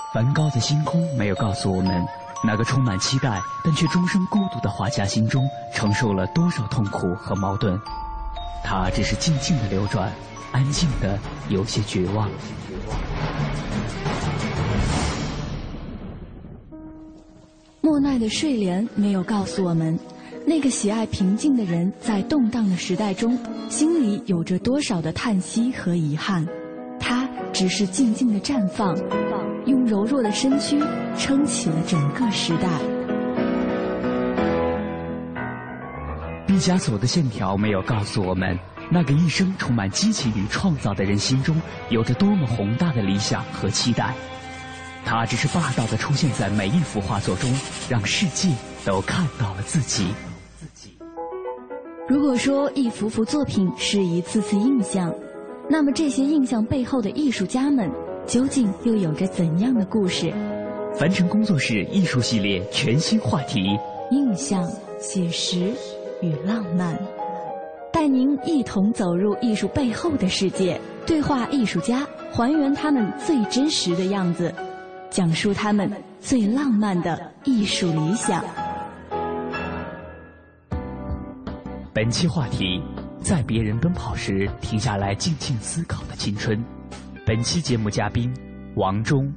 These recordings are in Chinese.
梵高的星空没有告诉我们，那个充满期待但却终生孤独的画家心中承受了多少痛苦和矛盾。他只是静静的流转，安静的有些绝望。 莫奈的睡莲没有告诉我们，那个喜爱平静的人在动荡的时代中，心里有着多少的叹息和遗憾。他只是静静的绽放，用柔弱的身躯撑起了整个时代。 毕加索的线条没有告诉我们，那个一生充满激情与创造的人心中有着多么宏大的理想和期待。他只是霸道地出现在每一幅画作中，让世界都看到了自己。 如果说一幅幅作品是一次次印象，那么这些印象背后的艺术家们究竟又有着怎样的故事？ 凡尘工作室艺术系列全新话题： 印象、写实与浪漫，带您一同走入艺术背后的世界，对话艺术家，还原他们最真实的样子，讲述他们最浪漫的艺术理想。 本期话题：在别人奔跑时停下来静静思考的青春。本期节目嘉宾王中。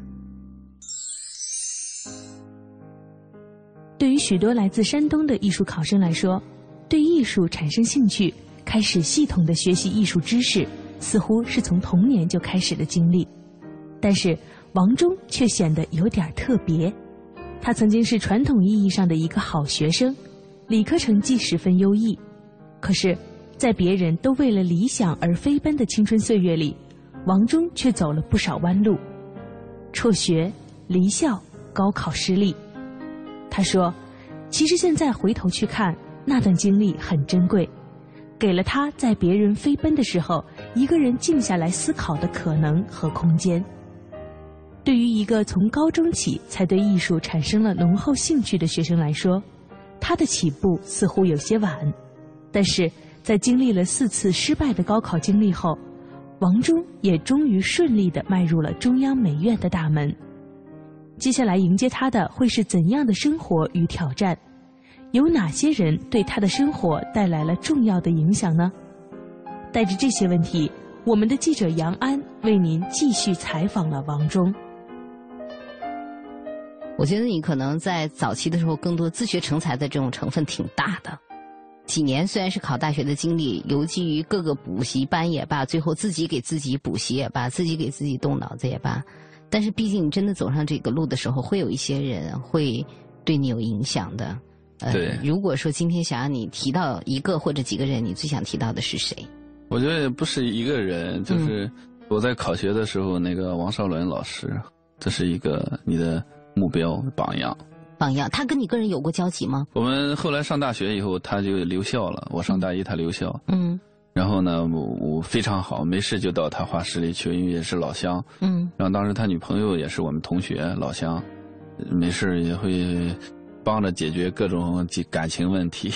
对于许多来自山东的艺术考生来说，对艺术产生兴趣，开始系统的学习艺术知识，似乎是从童年就开始的经历。但是王中却显得有点特别。他曾经是传统意义上的一个好学生，理科成绩十分优异。可是在别人都为了理想而飞奔的青春岁月里，王中却走了不少弯路，辍学、离校、高考失利。他说，其实现在回头去看，那段经历很珍贵，给了他在别人飞奔的时候，一个人静下来思考的可能和空间。对于一个从高中起才对艺术产生了浓厚兴趣的学生来说，他的起步似乎有些晚。但是在经历了4次失败的高考经历后，王中也终于顺利地迈入了中央美院的大门。接下来迎接他的会是怎样的生活与挑战？有哪些人对他的生活带来了重要的影响呢？带着这些问题，我们的记者杨安为您继续采访了王中。 我觉得你可能在早期的时候，更多自学成才的这种成分挺大的。几年虽然是考大学的经历，游击于各个补习班也罢，最后自己给自己补习也罢，自己给自己动脑子也罢，但是毕竟你真的走上这个路的时候，会有一些人会对你有影响的。 对。 如果说今天想让你提到一个或者几个人，你最想提到的是谁？ 我觉得不是一个人，就是我在考学的时候，那个王少伦老师，这是一个你的目标榜样。 榜样，他跟你个人有过交集吗？ 我们后来上大学以后，他就留校了。我上大一，他留校。然后呢，我非常好，没事就到他画室里去，因为也是老乡。然后当时他女朋友也是我们同学，老乡，没事也会帮着解决各种感情问题。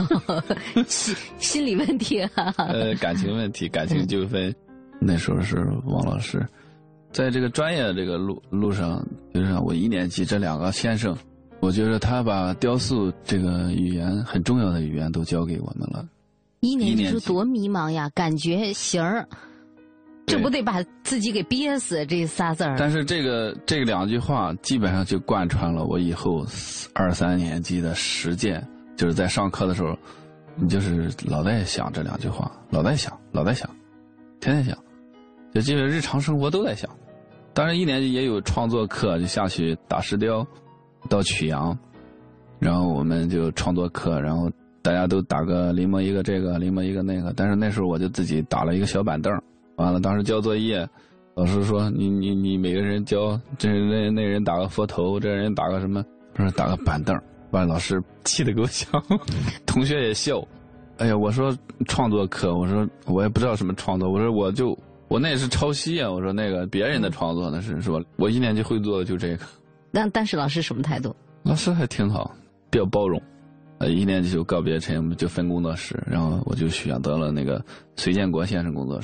心理问题啊。 感情问题，感情纠纷。那时候是王老师，在这个专业这个路上，就是我1年级这2个先生。我觉得他把雕塑这个语言很重要的语言都教给我们了。 1年级时候多迷茫呀，感觉形儿，这不得把自己给憋死这仨字儿。 但是这2句话基本上就贯穿了我以后2、3年级的实践，就是在上课的时候，你就是老在想这2句话，老在想，天天想，就基本日常生活都在想。当然1年级也有创作课，就下去打石雕。到曲阳，然后我们就创作课，然后大家都打个临摹一个这个，临摹一个那个。但是那时候我就自己打了一个小板凳，完了当时交作业，老师说你每个人交，这那人打个佛头，这人打个什么，不是打个板凳，把老师气得够呛，同学也笑。哎呀，我说创作课，我说我也不知道什么创作，我说我那也是抄袭啊，我说那个别人的创作那是吧？我1年级会做的就这个。 但是老师什么态度？ 老师还挺好，比较包容。1年级就告别陈，就分工作室，然后我就选择了那个隋建国先生工作室。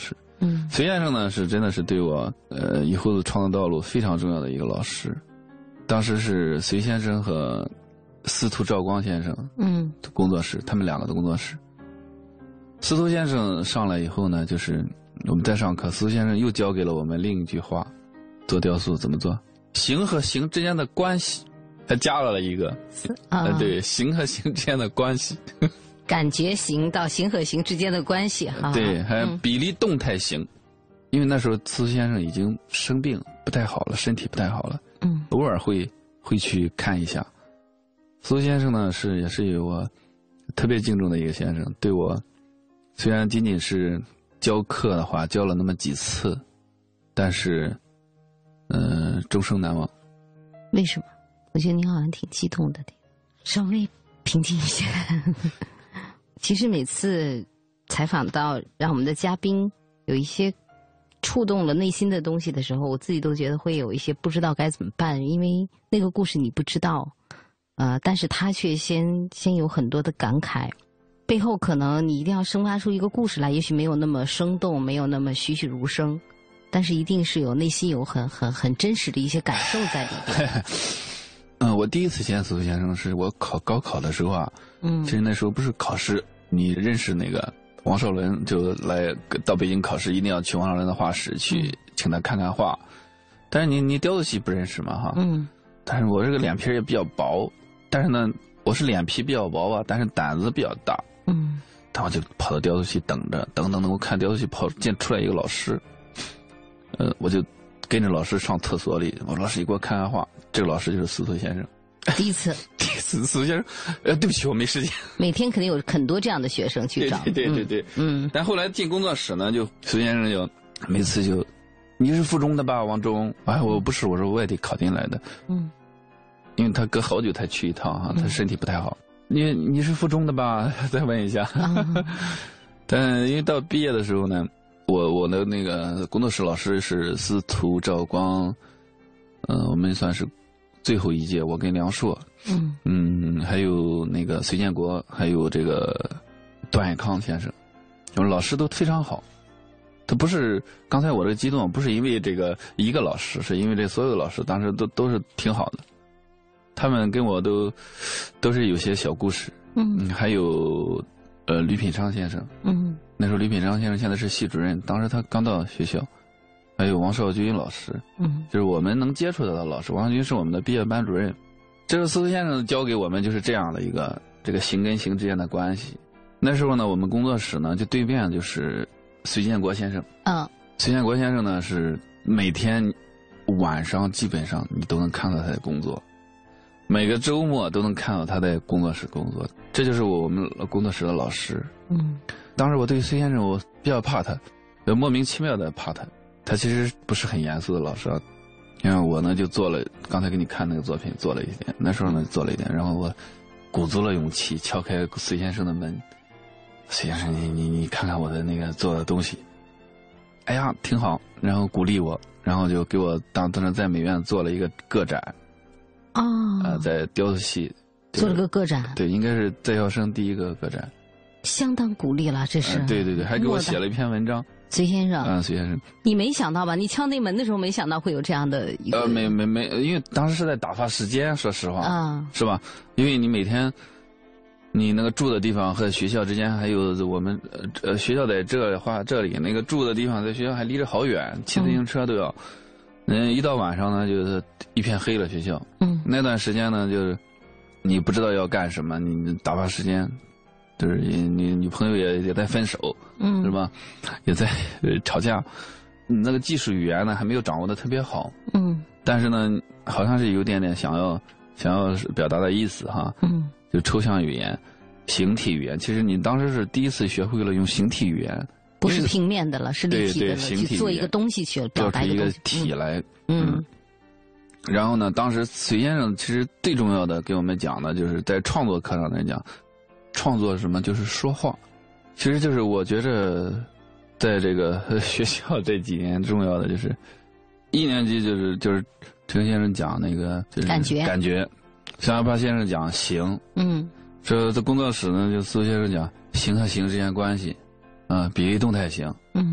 隋先生呢是真的是对我以后的创作道路非常重要的一个老师。当时是隋先生和司徒兆光先生的工作室，他们两个的工作室。司徒先生上来以后呢，就是我们在上课，司徒先生又教给了我们另一句话：做雕塑怎么做？形和形之间的关系，他加了一个对，形和形之间的关系。 感觉形到形和形之间的关系哈。 对，还有比例动态形。因为那时候司徒先生已经生病不太好了，身体不太好了，偶尔会去看一下。司徒先生呢也是有我特别敬重的一个先生，对我虽然仅仅是教课的话教了那么几次，但是终生难忘。 为什么？我觉得您好像挺激动的，稍微平静一下。其实每次采访到让我们的嘉宾有一些触动了内心的东西的时候，我自己都觉得会有一些不知道该怎么办，因为那个故事你不知道，但是他却先有很多的感慨，背后可能你一定要生发出一个故事来，也许没有那么生动，没有那么栩栩如生，但是一定是有内心有很真实的一些感受在里边。 我第一次见司徒先生是我考高考的时候啊，其实那时候不是考试，你认识那个王绍伦就来到北京考试，一定要去王绍伦的画室去请他看看画，但是你雕塑系不认识嘛哈，但是我这个脸皮也比较薄，但是呢我是脸皮比较薄吧，但是胆子比较大，但我就跑到雕塑系等，我看雕塑系出来一个老师，我就跟着老师上厕所里，我说老师你给我看看画，这个老师就是司徒先生。 第一次司徒先生，对不起，我没时间。 每天肯定有很多这样的学生去找。 对，但后来进工作室呢，就司徒先生就每次就，你是附中的吧，王中？哎，我不是，我是外地考进来的。因为他隔好久才去一趟哈，他身体不太好。你是附中的吧？再问一下。但因为到毕业的时候呢，我的那个工作室老师是司徒兆光，我们算是最后一届，我跟梁硕，还有那个隋建国，还有这个段爱康先生，我们老师都非常好。他不是刚才我这个激动，不是因为这个一个老师，是因为这所有的老师当时都是挺好的，他们跟我都是有些小故事。还有吕品昌先生，那时候吕品昌先生现在是系主任，当时他刚到学校。还有王少军老师，就是我们能接触到的老师。王少军是我们的毕业班主任。这个司徒先生教给我们就是这样的一个这个形跟形之间的关系。那时候呢，我们工作室呢就对面就是隋建国先生。隋建国先生呢是每天晚上基本上你都能看到他的工作，每个周末都能看到他在工作室工作。这就是我们工作室的老师。当时我对隋先生我比较怕他，莫名其妙的怕他。他其实不是很严肃的老师啊，因为我呢就做了，刚才给你看那个作品做了一点，那时候呢做了一点，然后我鼓足了勇气敲开隋先生的门，隋先生你看看我的那个做的东西，哎呀挺好，然后鼓励我，然后就给我当时在美院做了一个个展，在雕塑系做了个个展， 对，应该是在校生第一个个展， 相当鼓励了，这是， 对，还给我写了一篇文章。 隋先生， 隋先生， 你没想到吧？你敲那门的时候没想到会有这样的一个没，因为当时是在打发时间，说实话，是吧？因为你每天，你那个住的地方和学校之间还有我们学校在这里，那个住的地方在学校还离着好远，骑自行车都要。一到晚上呢，就是一片黑了学校。那段时间呢，就是你不知道要干什么，你打发时间。就是你女朋友也在分手，是吧？也在吵架，那个技术语言呢还没有掌握的特别好，但是呢，好像是有点想要表达的意思哈，就抽象语言、形体语言。其实你当时是第一次学会了用形体语言， 不是平面的了，是立体的了， 去做一个东西去表达一个体来，然后呢，当时隋先生其实最重要的给我们讲的就是在创作课上来讲。创作什么就是说话，其实就是我觉着，在这个学校这几年重要的就是一年级就是陈先生讲那个就是感觉，向亚帕先生讲形，这在工作室呢就司徒先生讲形和形之间关系，比例动态形，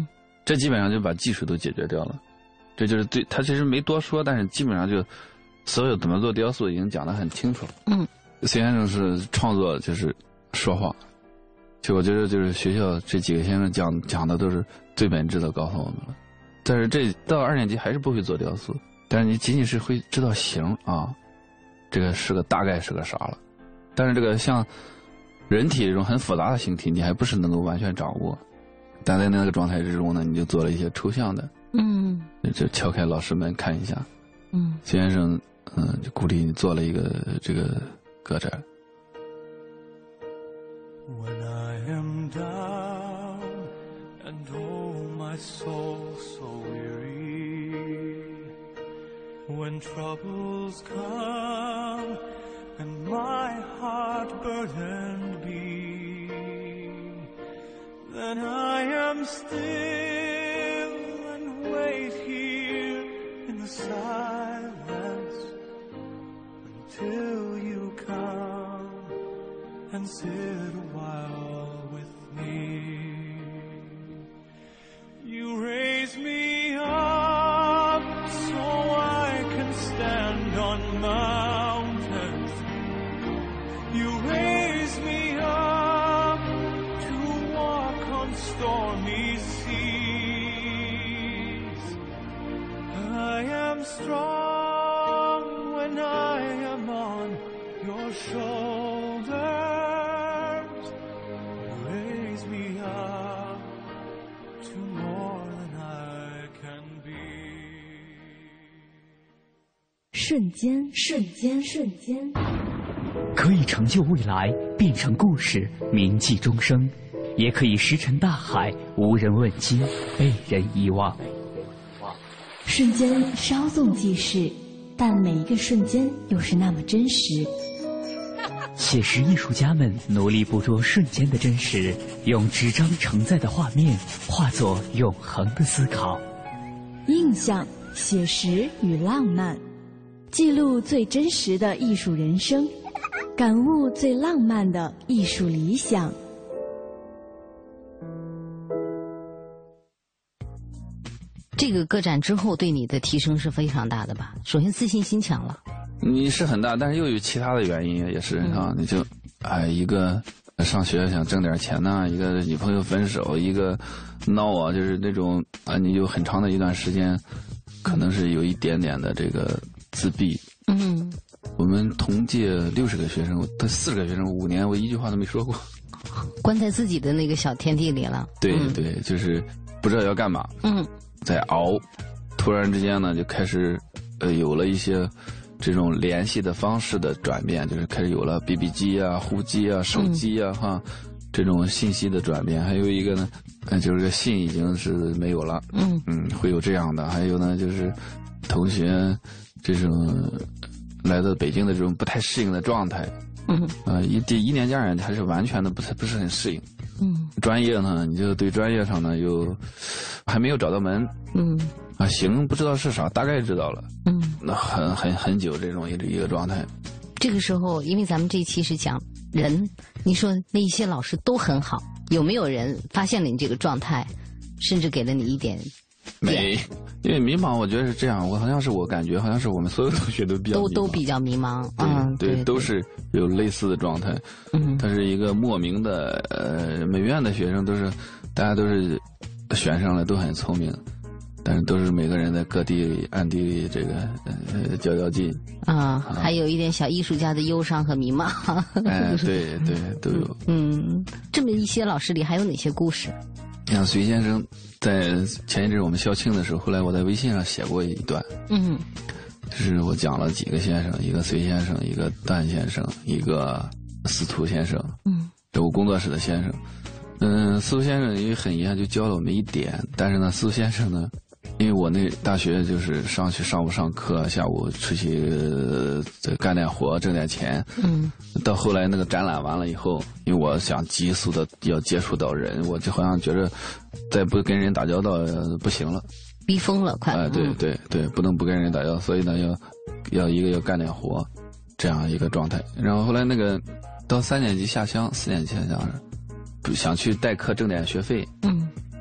这基本上就把技术都解决掉了。这就是对他其实没多说，但是基本上就所有怎么做雕塑已经讲得很清楚了。孙先生是创作就是说话，就我觉得就是学校这几个先生讲的都是最本质的告诉我们了。但是这到2年级还是不会做雕塑，但是你仅仅是会知道形啊，这个是个大概是个啥了。但是这个像人体这种很复杂的形体，你还不是能够完全掌握。但在那个状态之中呢，你就做了一些抽象的，就敲开老师们看一下，孙先生就鼓励你做了一个这个个展。 When I am down and oh my soul so weary, when troubles come and my heart burdened be, then I am still and wait here in the silence until you come and sit a while with me. You raise me up so I can stand on mountains. You raise me up to walk on stormy seas. I am strong when I am on your shoulders. Raise me up to more than I can be. 瞬间，瞬间，瞬间， 可以成就未来，变成故事，铭记终生；也可以石沉大海，无人问津，被人遗忘。 瞬间稍纵即逝，但每一个瞬间又是那么真实。 写实艺术家们努力捕捉瞬间的真实，用纸张承载的画面化作永恒的思考。 印象、写实与浪漫，记录最真实的艺术人生，感悟最浪漫的艺术理想。 这个个展之后对你的提升是非常大的吧？首先自信心强了， 你是很大，但是又有其他的原因，也是啊，你就一个上学想挣点钱呐，一个女朋友分手，一个闹啊，就是那种你有很长的一段时间，可能是有一点点的这个自闭。我们同届60个学生，他40个学生5年我一句话都没说过， 关在自己的那个小天地里了。 对对，就是不知道要干嘛。在熬，突然之间呢，就开始有了一些这种联系的方式的转变，就是开始有了 BB 机啊、呼机啊、手机啊这种信息的转变。还有一个呢，就是个信已经是没有了。会有这样的。还有呢，就是同学这种来到北京的这种不太适应的状态。一年级2年级还是完全的不是很适应。专业呢，你就对专业上呢又还没有找到门。行不知道是啥，大概知道了。那很久这种一个状态。 这个时候，因为咱们这一期是讲人，你说那一些老师都很好，有没有人发现了你这个状态，甚至给了你一点？ 没，因为迷茫，我觉得是这样。我感觉好像是我们所有同学都比较都比较迷茫。 对，都是有类似的状态。他是一个莫名的美院的学生，大家都是选上了，都很聪明，但是都是每个人在各地里暗地里这个较劲还有一点小艺术家的忧伤和迷茫。 对都有。 这么一些老师里还有哪些故事？ 像隋先生在前一阵我们校庆的时候，后来我在微信上写过一段。就是我讲了几个先生，一个隋先生，一个段先生，一个司徒先生。我工作室的先生。司徒先生因为很遗憾就教了我们一点，但是呢，司徒先生呢，因为我那大学就是上午上课，下午出去干点活挣点钱。到后来那个展览完了以后，因为我想急速的要接触到人，我就好像觉得再不跟人打交道不行了， 逼疯了快。 对，不能不跟人打交道，所以呢要干点活，这样一个状态。然后后来那个到3年级下乡，4年级下乡想去代课挣点学费。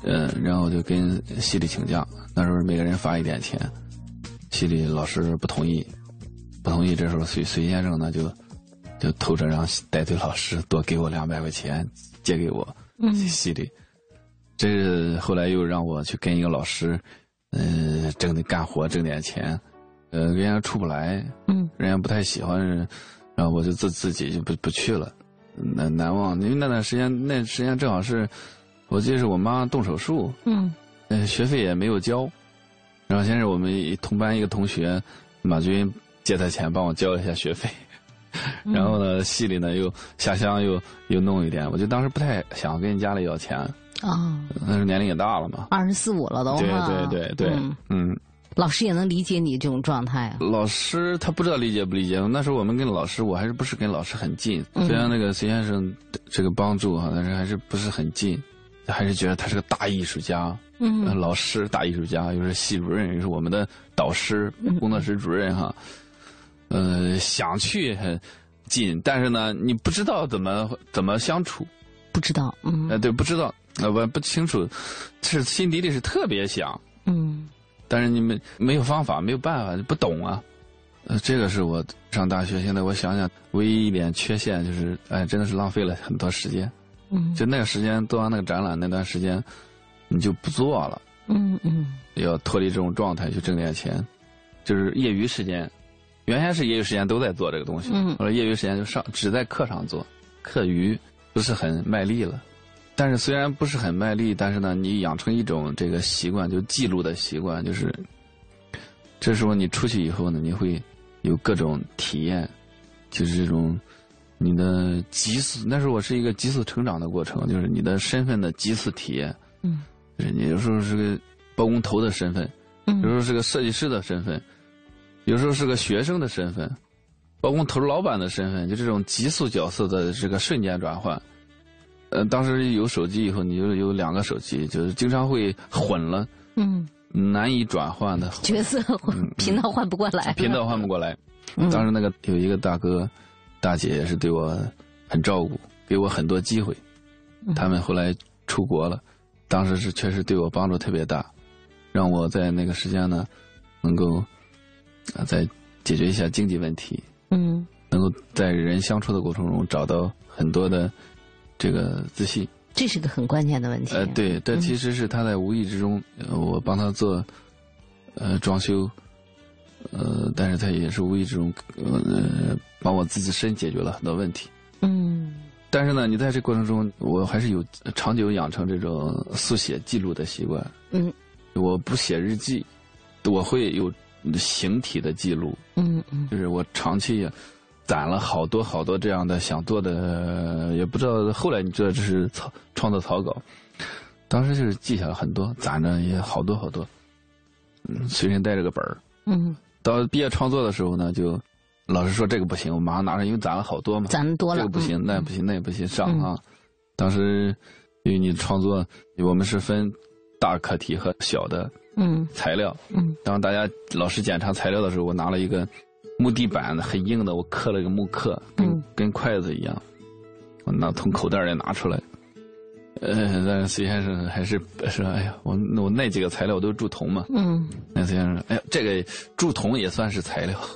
然后我就跟系里请假，那时候每个人发1点钱，系里老师不同意，这时候隋先生呢就偷着让带队老师多给我200块钱借给我系里，这是后来又让我去跟一个老师，干活挣点钱，人家出不来，人家不太喜欢，然后我就自己就不去了，难忘，因为那段时间正好是，我记得是我妈动手术，学费也没有交，然后先是我们同班一个同学马军借他钱帮我交了一下学费。然后呢，系里呢又下乡又弄一点，我就当时不太想跟家里要钱那时候年龄也大了嘛 ，24、25了都。 对， 老师也能理解你这种状态啊。 老师他不知道理解不理解，那时候我们跟老师，我还是不是跟老师很近，虽然那个隋先生这个帮助但是还是不是很近，还是觉得他是个大艺术家，老师大艺术家，又是系主任，又是我们的导师，工作室主任哈。想去很近，但是呢，你不知道怎么相处， 不知道， 对，不知道，我不清楚，是心底里是特别想，但是你们没有方法，没有办法，不懂啊，这个是我上大学，现在我想想，唯一一点缺陷就是，真的是浪费了很多时间，就那个时间做完那个展览那段时间，你就不做了，要脱离这种状态去挣点钱，就是业余时间。原先是业余时间都在做这个东西，后来业余时间就只在课上做，课余不是很卖力了。但是虽然不是很卖力，但是呢，你养成一种这个习惯，就记录的习惯，就是这时候你出去以后呢，你会有各种体验，就是这种你的急速，那时候我是一个急速成长的过程，就是你的身份的急速体验，就是你有时候是个包工头的身份，有时候是个设计师的身份。有时候是个学生的身份，包工头老板的身份，就这种急速角色的这个瞬间转换。当时有手机以后，你就有2个手机，就是经常会混了，难以转换的角色频道换不过来， 当时那个有一个大哥大姐也是对我很照顾，给我很多机会，他们后来出国了，当时是确实对我帮助特别大，让我在那个时间呢能够再解决一下经济问题，能够在人相处的过程中找到很多的这个自信， 这是个很关键的问题。 对，这其实是他在无意之中，我帮他做装修，但是他也是无意之中帮我自身解决了很多问题。但是呢，你在这过程中，我还是有长久养成这种速写记录的习惯。我不写日记，我会有形体的记录，就是我长期攒了好多这样的想做的，也不知道后来你知道这是创作草稿，当时就是记下了很多，攒着也好多，随身带着个本儿，到毕业创作的时候呢，就老师说这个不行，我马上拿着，因为攒了好多嘛， 攒的多了， 这个不行，那也不行，那也不行，上啊。当时因为你创作，我们是分大课题和小的。材料，当大家老师检查材料的时候，我拿了一个木地板很硬的，我刻了一个木刻，跟筷子一样，我从口袋里拿出来。但是隋先生还是说，哎呀，我那几个材料我都是铸铜嘛，那隋先生说，哎呀，这个铸铜也算是材料。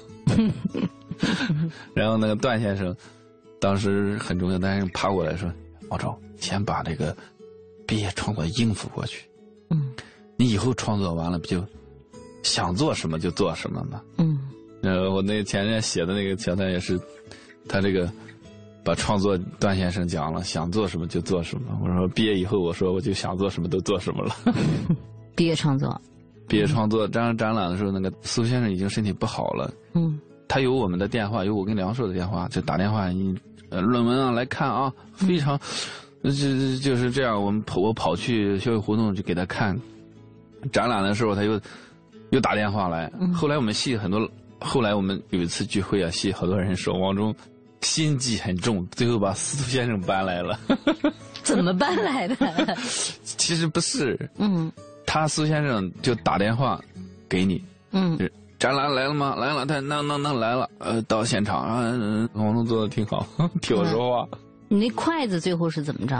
然后那个段先生当时很重要，段先生爬过来说，王超，先把这个毕业创作应付过去。你以后创作完了不就想做什么就做什么吗？我那前面写的那个桥段也是，他这个把创作段先生讲了，想做什么就做什么。我说毕业以后，我说我就想做什么都做什么了。 毕业创作展览的时候，那个苏先生已经身体不好了。他有我们的电话，有我跟梁硕的电话，就打电话，论文啊来看啊，非常，就是这样。我跑去校友活动就给他看。展览的时候他又打电话来，后来我们系很多，后来我们有一次聚会啊，系好多人说王忠心机很重，最后把司徒先生搬来了。 怎么搬来的？ 其实不是，他司徒先生就打电话给你，展览来了吗？来了，他能来了，到现场啊，王忠做的挺好，替我说话。 你那筷子最后是怎么着了？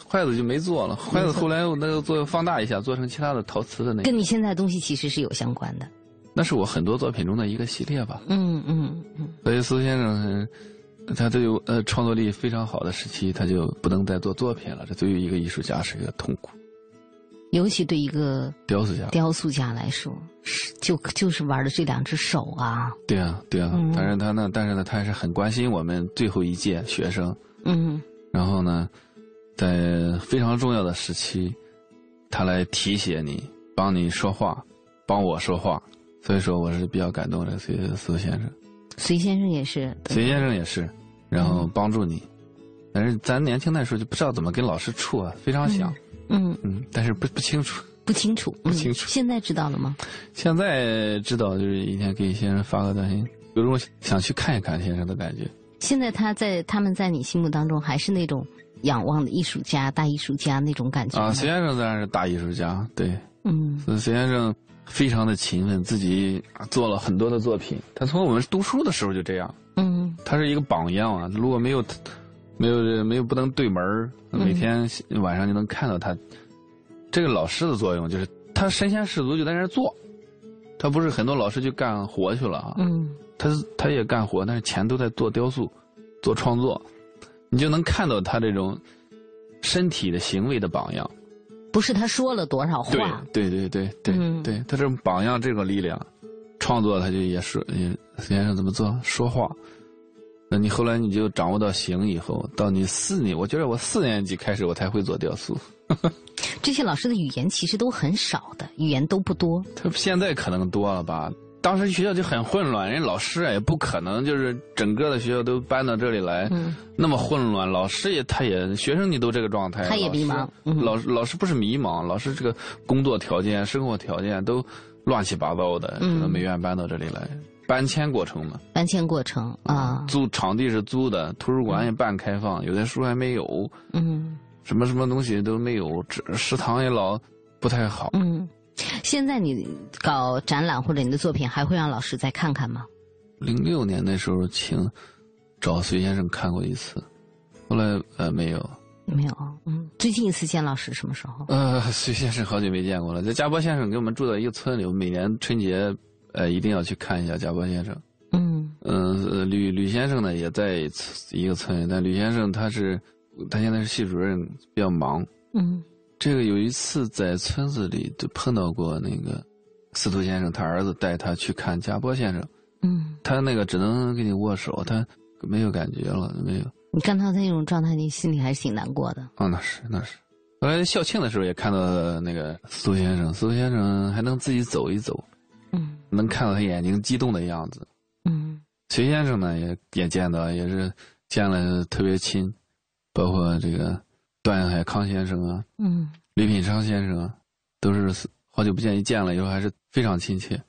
筷子就没做了，筷子后来我那个做放大一下，做成其他的陶瓷的那个。 跟你现在的东西其实是有相关的。 那是我很多作品中的一个系列吧。所以司徒先生他都有创作力非常好的时期，他就不能再做作品了，这对于一个艺术家是一个痛苦。 尤其对一个雕塑家来说，就是玩的这2只手啊。 对啊，但是他还是很关心我们最后一届学生。然后呢，在非常重要的时期，他来提携你，帮你说话，帮我说话。所以说我是比较感动的，司徒先生。 隋先生也是。 隋先生也是，然后帮助你。但是咱年轻那时候就不知道怎么跟老师处啊，非常想。但是不清楚。不清楚。现在知道了吗？现在知道，就是一天给先生发个短信，有种想去看一看先生的感觉。 现在他们在你心目当中还是那种仰望的艺术家、大艺术家那种感觉啊？ 隋先生当然是大艺术家，对。隋先生非常的勤奋，自己做了很多的作品。他从我们读书的时候就这样。他是一个榜样啊！如果没有不能对门，每天晚上就能看到他。这个老师的作用就是他身先士卒就在那儿做，他不是很多老师就干活去了啊。他也干活，但是钱都在做雕塑、做创作，你就能看到他这种身体的行为的榜样。 不是他说了多少话。 对，他这种榜样这个力量，创作他就也先生怎么做说话。那你后来你就掌握到形以后，到你我觉得我4年级开始我才会做雕塑。 这些老师的语言其实都很少的，语言都不多。 他现在可能多了吧？当时学校就很混乱，人老师也不可能就是整个的学校都搬到这里来，那么混乱。老师学生你都这个状态， 他也迷茫。 老师不是迷茫，老师这个工作条件、生活条件都乱七八糟的，只能美院搬到这里来。搬迁过程嘛，租场地是租的，图书馆也半开放，有的书还没有，什么东西都没有，食堂也老不太好。 现在你搞展览或者你的作品还会让老师再看看吗 ？06年那时候找隋先生看过一次，后来没有。 最近一次见老师什么时候？ 隋先生好久没见过了，在家波先生给我们住在一个村里，我每年春节一定要去看一下家波先生。吕先生呢也在一个村里，但吕先生他现在是系主任，比较忙。这个有一次在村子里就碰到过那个司徒先生，他儿子带他去看家波先生。他那个只能给你握手，他没有感觉了，没有。 你看到他那种状态，你心里还是挺难过的。 那是。后来校庆的时候也看到那个司徒先生还能自己走一走。能看到他眼睛激动的样子。隋先生呢也见到，也是见了特别亲，包括这个段永海康先生啊，吕品昌先生啊，都是好久不见，一见了以后还是非常亲切。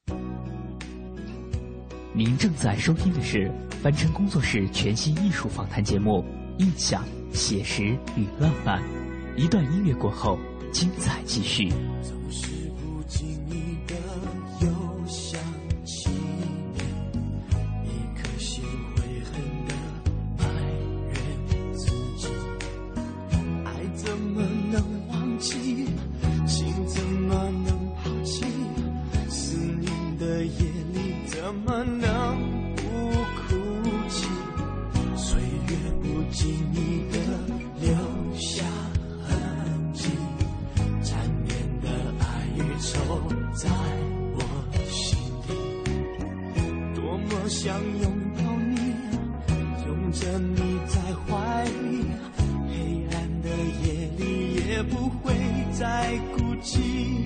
您正在收听的是凡尘工作室全新艺术访谈节目《印象、写实与浪漫》。一段音乐过后，精彩继续。 总是不经意的又想起你，一颗心悔恨的埋怨自己，爱怎么能忘记，情怎么能抛弃，思念的夜里怎么能不哭泣，岁月不经意的留下痕迹，缠绵的爱与愁在我心里，多么想拥抱你，拥着你在怀里，黑暗的夜里也不会再孤寂。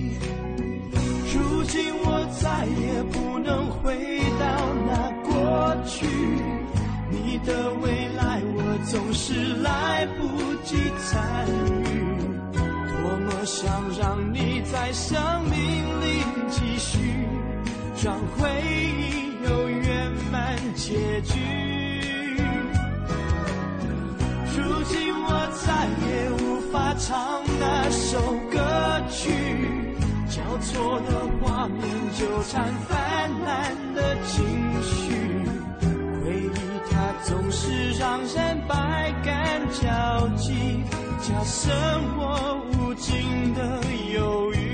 如今我再也不能回到那过去，你的未来我总是来不及参与，多么想让你在生命里继续，让回忆有圆满结局。如今我再也无法唱那首歌曲，交错的画面纠缠泛滥的情绪，回忆它总是让人百感交集， 加深我无尽的忧郁。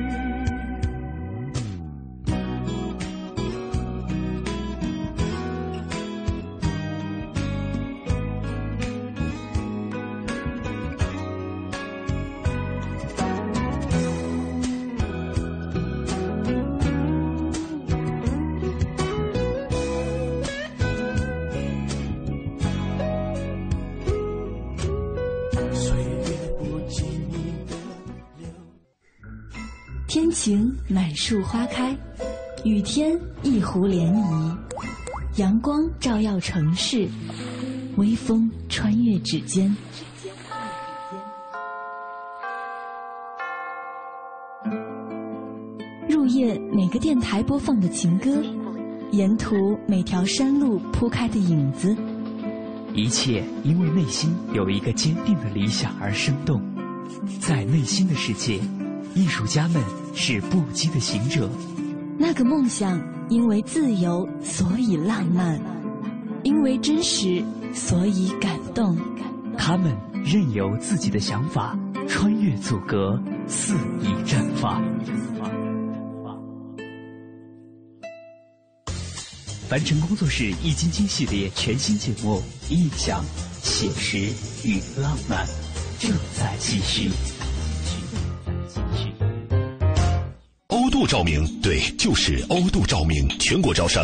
天晴满树花开，雨天一湖涟漪，阳光照耀城市，微风穿越指尖。入夜每个电台播放的情歌，沿途每条山路铺开的影子， 一切因为内心有一个坚定的理想而生动。在内心的世界，艺术家们是不羁的行者。 那个梦想因为自由所以浪漫，因为真实所以感动。 他们任由自己的想法穿越阻隔，肆意绽放。凡尘工作室易筋经系列全新节目《印象、写实与浪漫》正在继续。 欧度照明，对，就是欧度照明，全国招商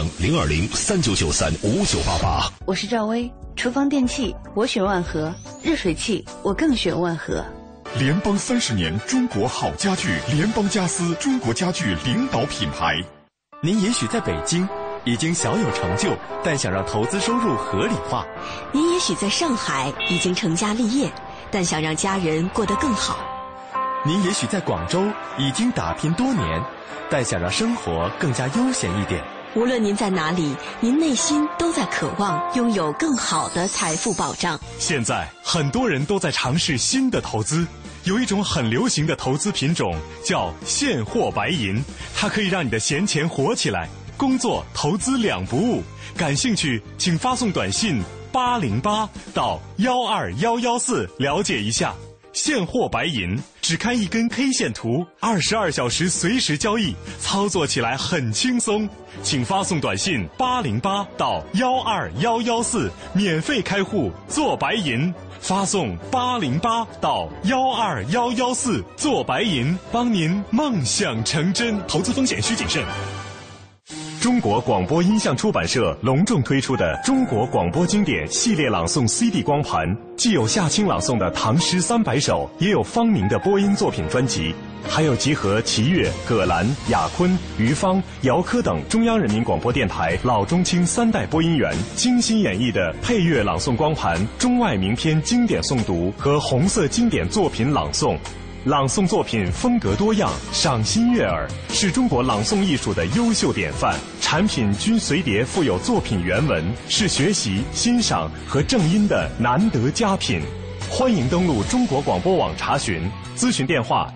020-3993-5988。 我是赵薇，厨房电器我选万和，热水器我更选万和。 联邦30年中国好家具，联邦家私中国家具领导品牌。 您也许在北京已经小有成就，但想让投资收入合理化。 您也许在上海已经成家立业，但想让家人过得更好。 您也许在广州已经打拼多年，但想让生活更加悠闲一点。 无论您在哪里，您内心都在渴望拥有更好的财富保障。 现在很多人都在尝试新的投资，有一种很流行的投资品种叫现货白银，它可以让你的闲钱活起来，工作投资两不误。感兴趣请发送短信808到12114了解一下。现货白银只看一根 K 线图，22小时随时交易，操作起来很轻松。请发送短信808到12114，免费开户做白银。发送808到12114做白银，帮您梦想成真。投资风险需谨慎。中国广播音像出版社隆重推出的中国广播经典系列朗诵 CD 光盘，既有夏青朗诵的唐诗300首，也有方明的播音作品专辑，还有结合齐岳、葛兰、雅坤、于芳、姚科等中央人民广播电台老中青3代播音员精心演绎的配乐朗诵光盘、中外名篇经典诵读和红色经典作品朗诵。朗诵作品风格多样，赏心悦耳，是中国朗诵艺术的优秀典范。产品均随碟附有作品原文，是学习、欣赏和正音的难得佳品。欢迎登录中国广播网查询，咨询电话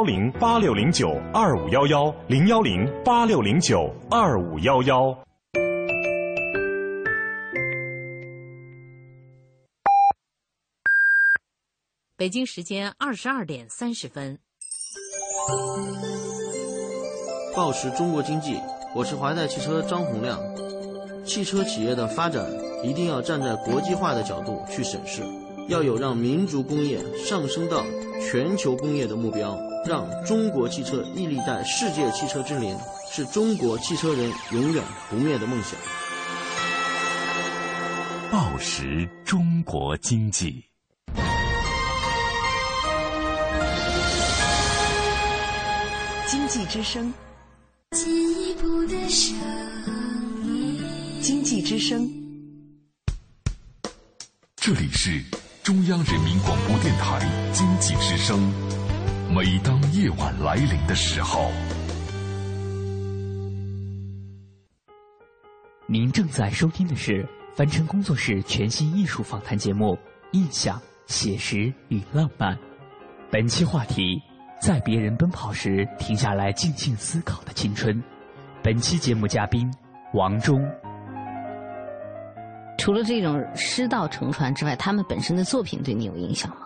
010-8609-2511，010-8609-2511。 北京时间22点30分。 报时中国经济，我是华代汽车张洪亮。汽车企业的发展一定要站在国际化的角度去审视，要有让民族工业上升到全球工业的目标，让中国汽车屹立在世界汽车之林，是中国汽车人永远不灭的梦想。 报时中国经济。 经济之声， 进一步的声音。 经济之声， 这里是中央人民广播电台经济之声。每当夜晚来临的时候， 您正在收听的是凡尘工作室全新艺术访谈节目《印象、写实与浪漫》。本期话题：在别人奔跑时停下来静静思考的青春。本期节目嘉宾王忠。 除了这种师道承传之外，他们本身的作品对你有影响吗？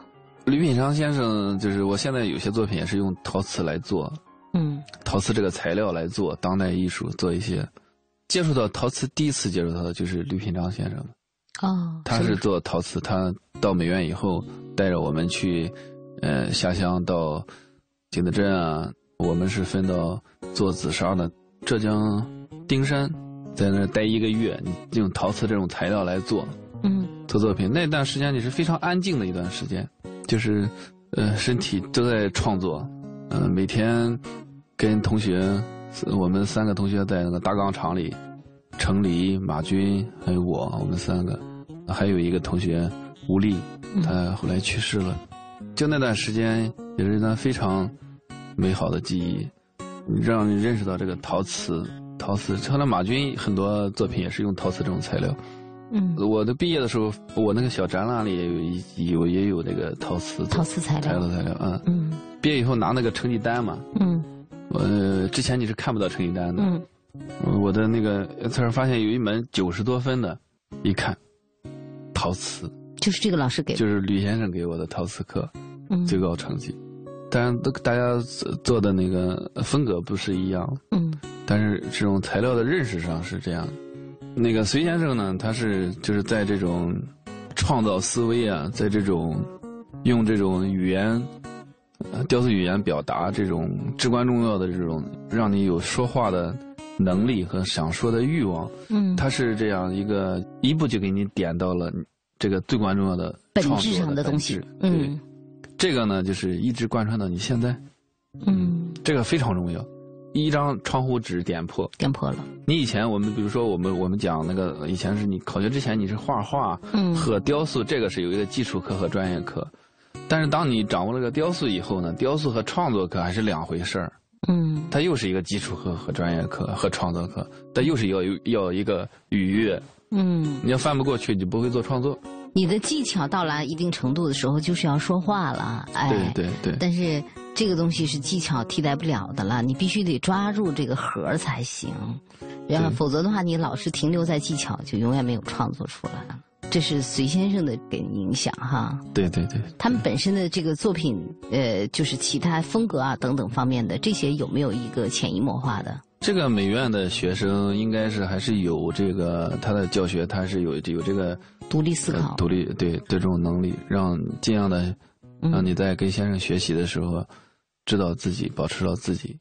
吕品昌先生就是我现在有些作品也是用陶瓷来做，陶瓷这个材料来做当代艺术，做一些。接触到陶瓷第一次接触到的就是吕品昌先生。他是做陶瓷，他到美院以后带着我们去下乡到景德镇啊，我们是分到做紫砂的浙江丁山，在那待1个月，你用陶瓷这种材料来做做作品。那段时间你是非常安静的一段时间，就是身体都在创作，每天跟同学，我们3个同学在那个大钢厂里，程黎、马军还有我们3个，还有一个同学吴丽，他后来去世了。就那段时间也是一段非常美好的记忆，让你认识到这个陶瓷。后来马军很多作品也是用陶瓷这种材料。我的毕业的时候，我那个小展览里也有那个陶瓷材料毕业以后拿那个成绩单嘛。之前你是看不到成绩单的。我的那个才发现有一门90多分的，一看陶瓷， 就是这个老师给的， 就是吕先生给我的陶瓷课，最高成绩。当然大家做的那个风格不是一样，但是这种材料的认识上是这样。那个隋先生呢，他就是在这种创造思维啊，在这种用这种语言雕塑语言表达这种至关重要的这种让你有说话的能力和想说的欲望，他是这样一步就给你点到了这个最关重要的本质上的东西。 这个呢就是一直贯穿到你现在。这个非常重要。一张窗户纸点破了。 你以前比如说我们讲那个以前是你考学之前你是画画和雕塑，这个是有一个基础课和专业课。但是当你掌握了个雕塑以后呢，雕塑和创作课还是2回事儿。它又是一个基础课和专业课和创作课，它又是要一个愉悦。你要翻不过去，你就不会做创作。 你的技巧到了一定程度的时候，就是要说话了。 对。 但是这个东西是技巧替代不了的了，你必须得抓住这个核才行。然后否则的话，你老是停留在技巧，就永远没有创作出来了。这是隋先生的给你影响哈。 对。 他们本身的这个作品，就是其他风格啊等等方面的这些有没有一个潜移默化的？ 这个美院的学生应该是还是有这个他的教学，他是有这个独立思考、 对这种能力，尽量的让你在跟先生学习的时候，知道自己，保持到自己。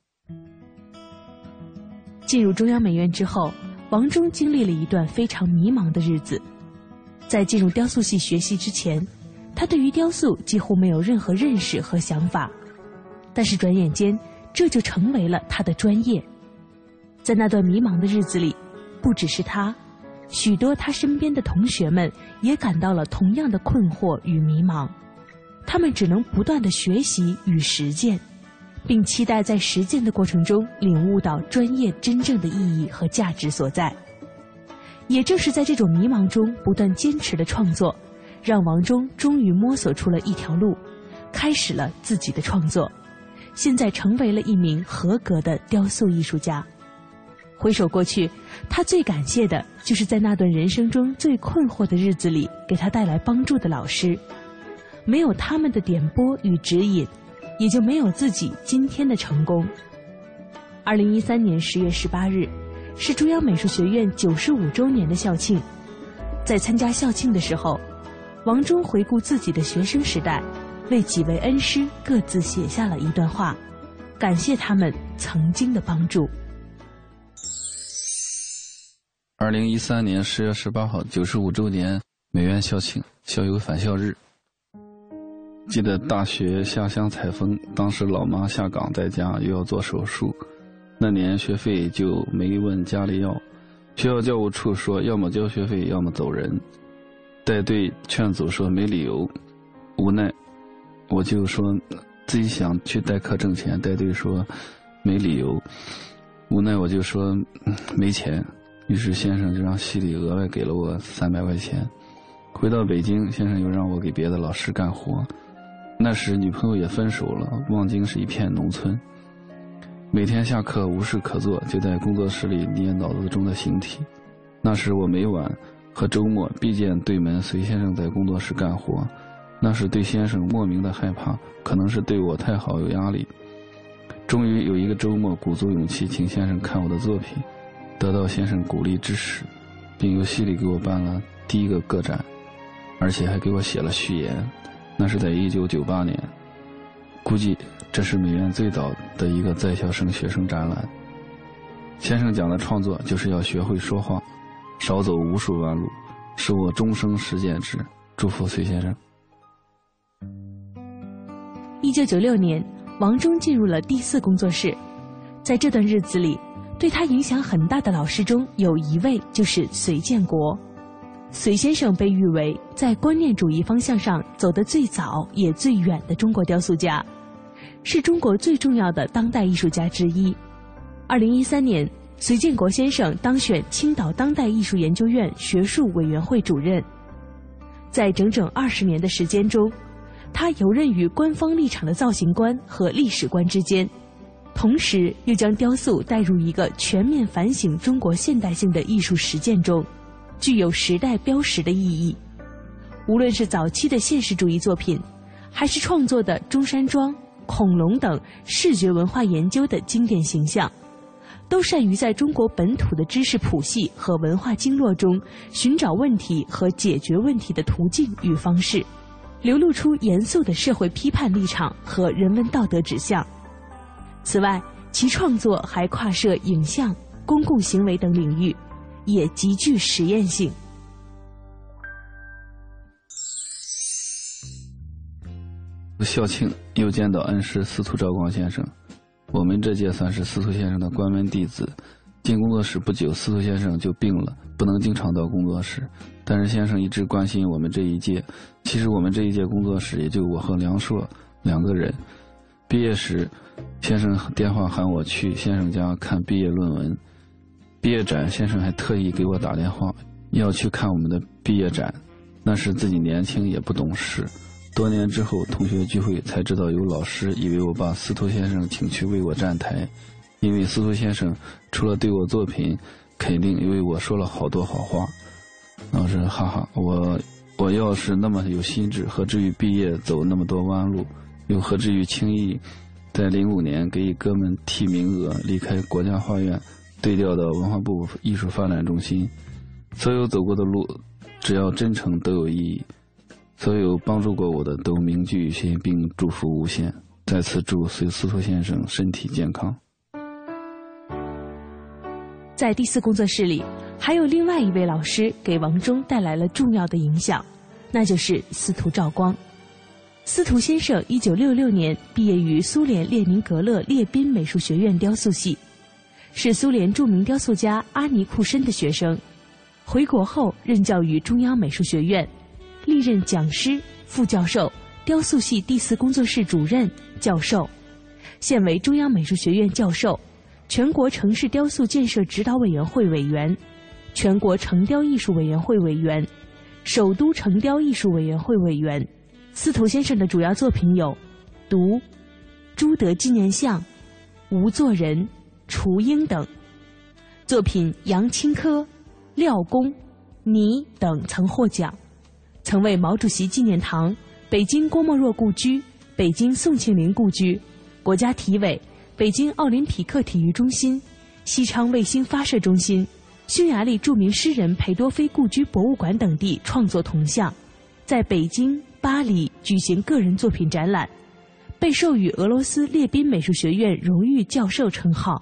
进入中央美院之后，王忠经历了一段非常迷茫的日子。在进入雕塑系学习之前，他对于雕塑几乎没有任何认识和想法，但是转眼间，这就成为了他的专业。在那段迷茫的日子里，不只是他，许多他身边的同学们也感到了同样的困惑与迷茫。他们只能不断地学习与实践，并期待在实践的过程中领悟到专业真正的意义和价值所在。也正是在这种迷茫中不断坚持的创作，让王忠终于摸索出了一条路，开始了自己的创作，现在成为了一名合格的雕塑艺术家。回首过去，他最感谢的就是在那段人生中最困惑的日子里给他带来帮助的老师。没有他们的点拨与指引，也就没有自己今天的成功。2013年10月18日是中央美术学院95周年的校庆。在参加校庆的时候，王忠回顾自己的学生时代，为几位恩师各自写下了一段话，感谢他们曾经的帮助。 2013年10月18号95周年美院校庆，校友返校日。记得大学下乡采风，当时老妈下岗在家又要做手术，那年学费就没问家里要，学校教务处说要么交学费要么走人，带队劝阻说没理由，无奈我就说自己想去代课挣钱，带队说没理由，无奈我就说没钱，于是先生就让系里额外给了我300块钱。回到北京，先生又让我给别的老师干活。那时女朋友也分手了，望京是一片农村，每天下课无事可做，就在工作室里捏脑子中的形体。那时我每晚和周末必见对门隋先生在工作室干活， 那是对先生莫名的害怕，可能是对我太好有压力。终于有一个周末鼓足勇气请先生看我的作品，得到先生鼓励支持，并由系里给我办了第一个个展，而且还给我写了序言。那是在1998年，估计这是美院最早的一个在校生学生展览。先生讲的创作就是要学会说话，少走无数弯路，是我终生实践之。祝福崔先生。 1996年，王中进入了第4工作室。在这段日子里，对他影响很大的老师中有一位就是隋建国。隋先生被誉为在观念主义方向上走得最早也最远的中国雕塑家，是中国最重要的当代艺术家之一。2013年，隋建国先生当选青岛当代艺术研究院学术委员会主任。在整整20年的时间中，他游刃于官方立场的造型观和历史观之间，同时又将雕塑带入一个全面反省中国现代性的艺术实践中，具有时代标识的意义。无论是早期的现实主义作品，还是创作的中山装、恐龙等视觉文化研究的经典形象，都善于在中国本土的知识谱系和文化经络中寻找问题和解决问题的途径与方式，流露出严肃的社会批判立场和人文道德指向。此外，其创作还跨涉影像、公共行为等领域，也极具实验性。 校庆又见到恩师司徒兆光先生，我们这届算是司徒先生的关门弟子。进工作室不久，司徒先生就病了，不能经常到工作室，但是先生一直关心我们这一届。其实我们这一届工作室也就我和梁硕2个人。毕业时，先生电话喊我去先生家看毕业论文。毕业展，先生还特意给我打电话，要去看我们的毕业展。那时自己年轻也不懂事，多年之后同学聚会才知道，有老师以为我把司徒先生请去为我站台，因为司徒先生除了对我作品肯定，因为我说了好多好话。老师哈哈，我要是那么有心智，何至于毕业走那么多弯路，又何至于轻易在05年给哥们提名额，离开国家画院，对调到文化部艺术发展中心。所有走过的路，只要真诚都有意义。所有帮助过我的都铭记于心，并祝福无限。再次祝司徒先生身体健康。 在第4工作室里，还有另外一位老师给王中带来了重要的影响，那就是司徒兆光。司徒先生1966年毕业于苏联列宁格勒列宾美术学院雕塑系，是苏联著名雕塑家阿尼库申的学生。回国后任教于中央美术学院，历任讲师、副教授、雕塑系第4工作室主任、教授，现为中央美术学院教授、全国城市雕塑建设指导委员会委员、全国城雕艺术委员会委员、首都城雕艺术委员会委员。司徒先生的主要作品有《读》、朱德纪念像、无作人、雏鹰等。作品杨青稞、廖公、倪等曾获奖，曾为毛主席纪念堂、北京郭沫若故居、北京宋庆龄故居、国家体委、北京奥林匹克体育中心、西昌卫星发射中心、匈牙利著名诗人裴多菲故居博物馆等地创作铜像，在北京、巴黎举行个人作品展览，被授予俄罗斯列宾美术学院荣誉教授称号。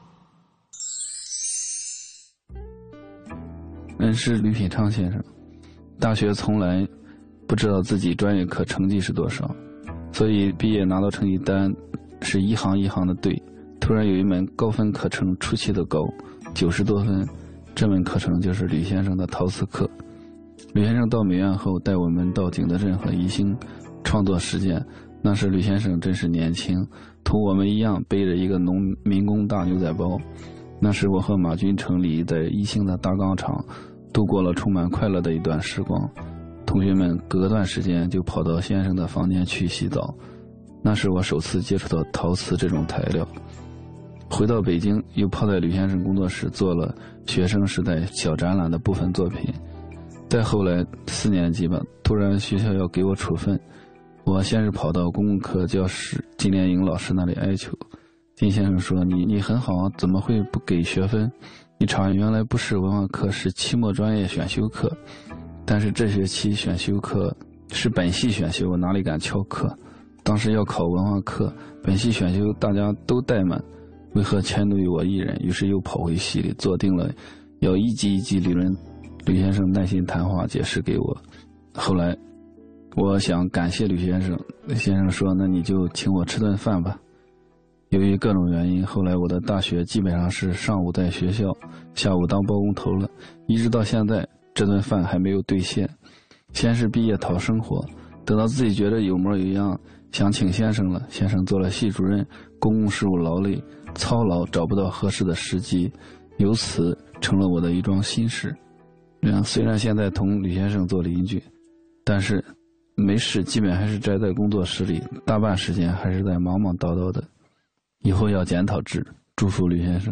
恩师吕品昌先生，大学从来不知道自己专业课成绩是多少，所以毕业拿到成绩单是一行一行的对。突然有一门高分课程出奇的高，90多分，这门课程就是吕先生的陶瓷课。吕先生到美院后带我们到景德镇和宜兴创作实践，那时吕先生真是年轻，同我们一样背着一个民工大牛仔包。那时我和马君成礼在宜兴的大钢厂度过了充满快乐的一段时光，同学们隔段时间就跑到先生的房间去洗澡，那是我首次接触到陶瓷这种材料。回到北京，又泡在吕先生工作室做了学生时代小展览的部分作品。再后来4年级吧，突然学校要给我处分， 我先是跑到公共课教师金莲英老师那里哀求，金先生说你很好，怎么会不给学分？一查原来不是文化课，是期末专业选修课，但是这学期选修课是本系选修，我哪里敢翘课？当时要考文化课，本系选修大家都怠慢，为何迁怒于我一人？于是又跑回系里做定了要一级一级理论。吕先生耐心谈话解释给我。后来我想感谢吕先生，吕先生说那你就请我吃顿饭吧。由于各种原因，后来我的大学基本上是上午在学校，下午当包工头了，一直到现在这顿饭还没有兑现。先是毕业讨生活，等到自己觉得有模有样，想请先生了，先生做了系主任，公共事务劳累操劳，找不到合适的时机，由此成了我的一桩心事。虽然现在同吕先生做邻居，但是没事基本还是宅在工作室里，大半时间还是在忙忙叨叨的。以后要检讨制，祝福吕先生。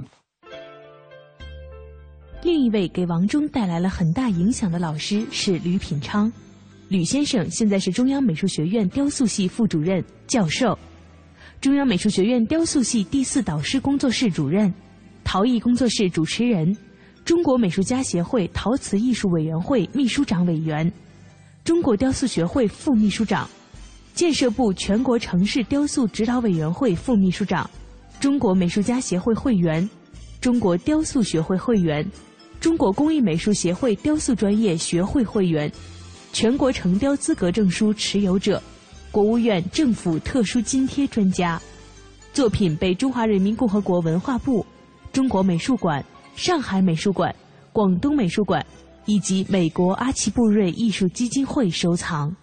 另一位给王忠带来了很大影响的老师是吕品昌。吕先生现在是中央美术学院雕塑系副主任、教授，中央美术学院雕塑系第4导师工作室主任，陶艺工作室主持人，中国美术家协会陶瓷艺术委员会秘书长委员，中国雕塑学会副秘书长，建设部全国城市雕塑指导委员会副秘书长，中国美术家协会会员，中国雕塑学会会员，中国工艺美术协会雕塑专业学会会员，全国成雕资格证书持有者，国务院政府特殊津贴专家，作品被中华人民共和国文化部、中国美术馆、上海美术馆、广东美术馆以及美国阿奇布瑞艺术基金会收藏。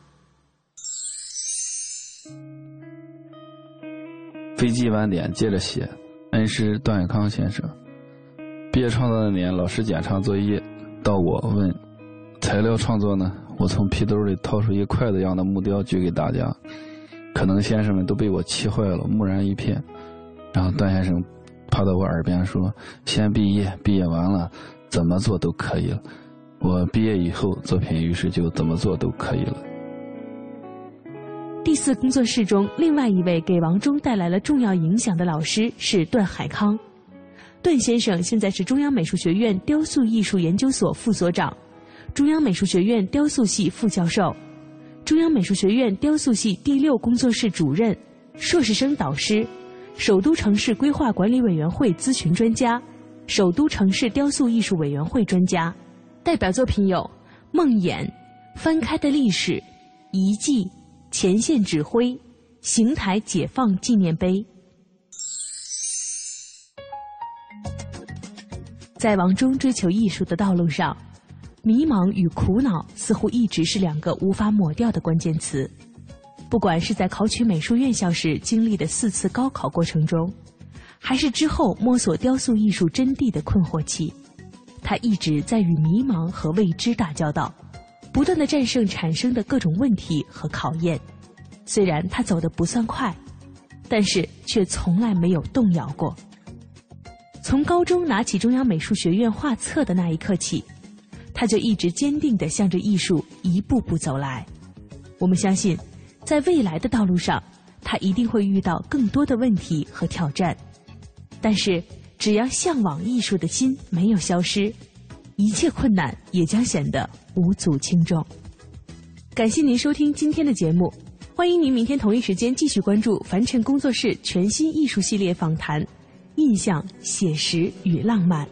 飞机晚点接着写，恩师段永康先生。毕业创作那年，老师检查作业，到我问材料创作呢，我从皮兜里掏出一筷子样的木雕举给大家，可能先生们都被我气坏了，木然一片。然后段先生趴到我耳边说，先毕业，毕业完了怎么做都可以了。我毕业以后，作品于是就怎么做都可以了。 第4工作室中另外一位给王忠带来了重要影响的老师是段海康。段先生现在是中央美术学院雕塑艺术研究所副所长，中央美术学院雕塑系副教授，中央美术学院雕塑系第6工作室主任，硕士生导师，首都城市规划管理委员会咨询专家，首都城市雕塑艺术委员会专家。代表作品有《梦魇》、翻开的历史、遗迹、前线指挥、邢台解放纪念碑。在王忠追求艺术的道路上，迷茫与苦恼似乎一直是2个无法抹掉的关键词。不管是在考取美术院校时经历的4次高考过程中，还是之后摸索雕塑艺术真谛的困惑期，他一直在与迷茫和未知打交道，不断地战胜产生的各种问题和考验。虽然他走得不算快，但是却从来没有动摇过。从高中拿起中央美术学院画册的那一刻起，他就一直坚定地向着艺术一步步走来。我们相信，在未来的道路上，他一定会遇到更多的问题和挑战。但是，只要向往艺术的心没有消失，一切困难也将显得无足轻重。感谢您收听今天的节目，欢迎您明天同一时间继续关注凡尘工作室全新艺术系列访谈《印象、写实与浪漫》。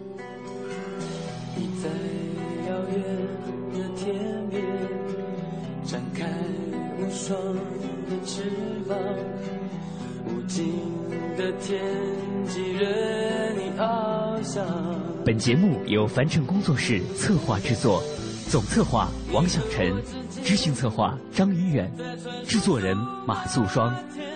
你在遥远的天边展开无双的翅膀，无尽的天际任你翱翔。 本节目由凡尘工作室策划制作，总策划王小晨，执行策划张一远，制作人马素双。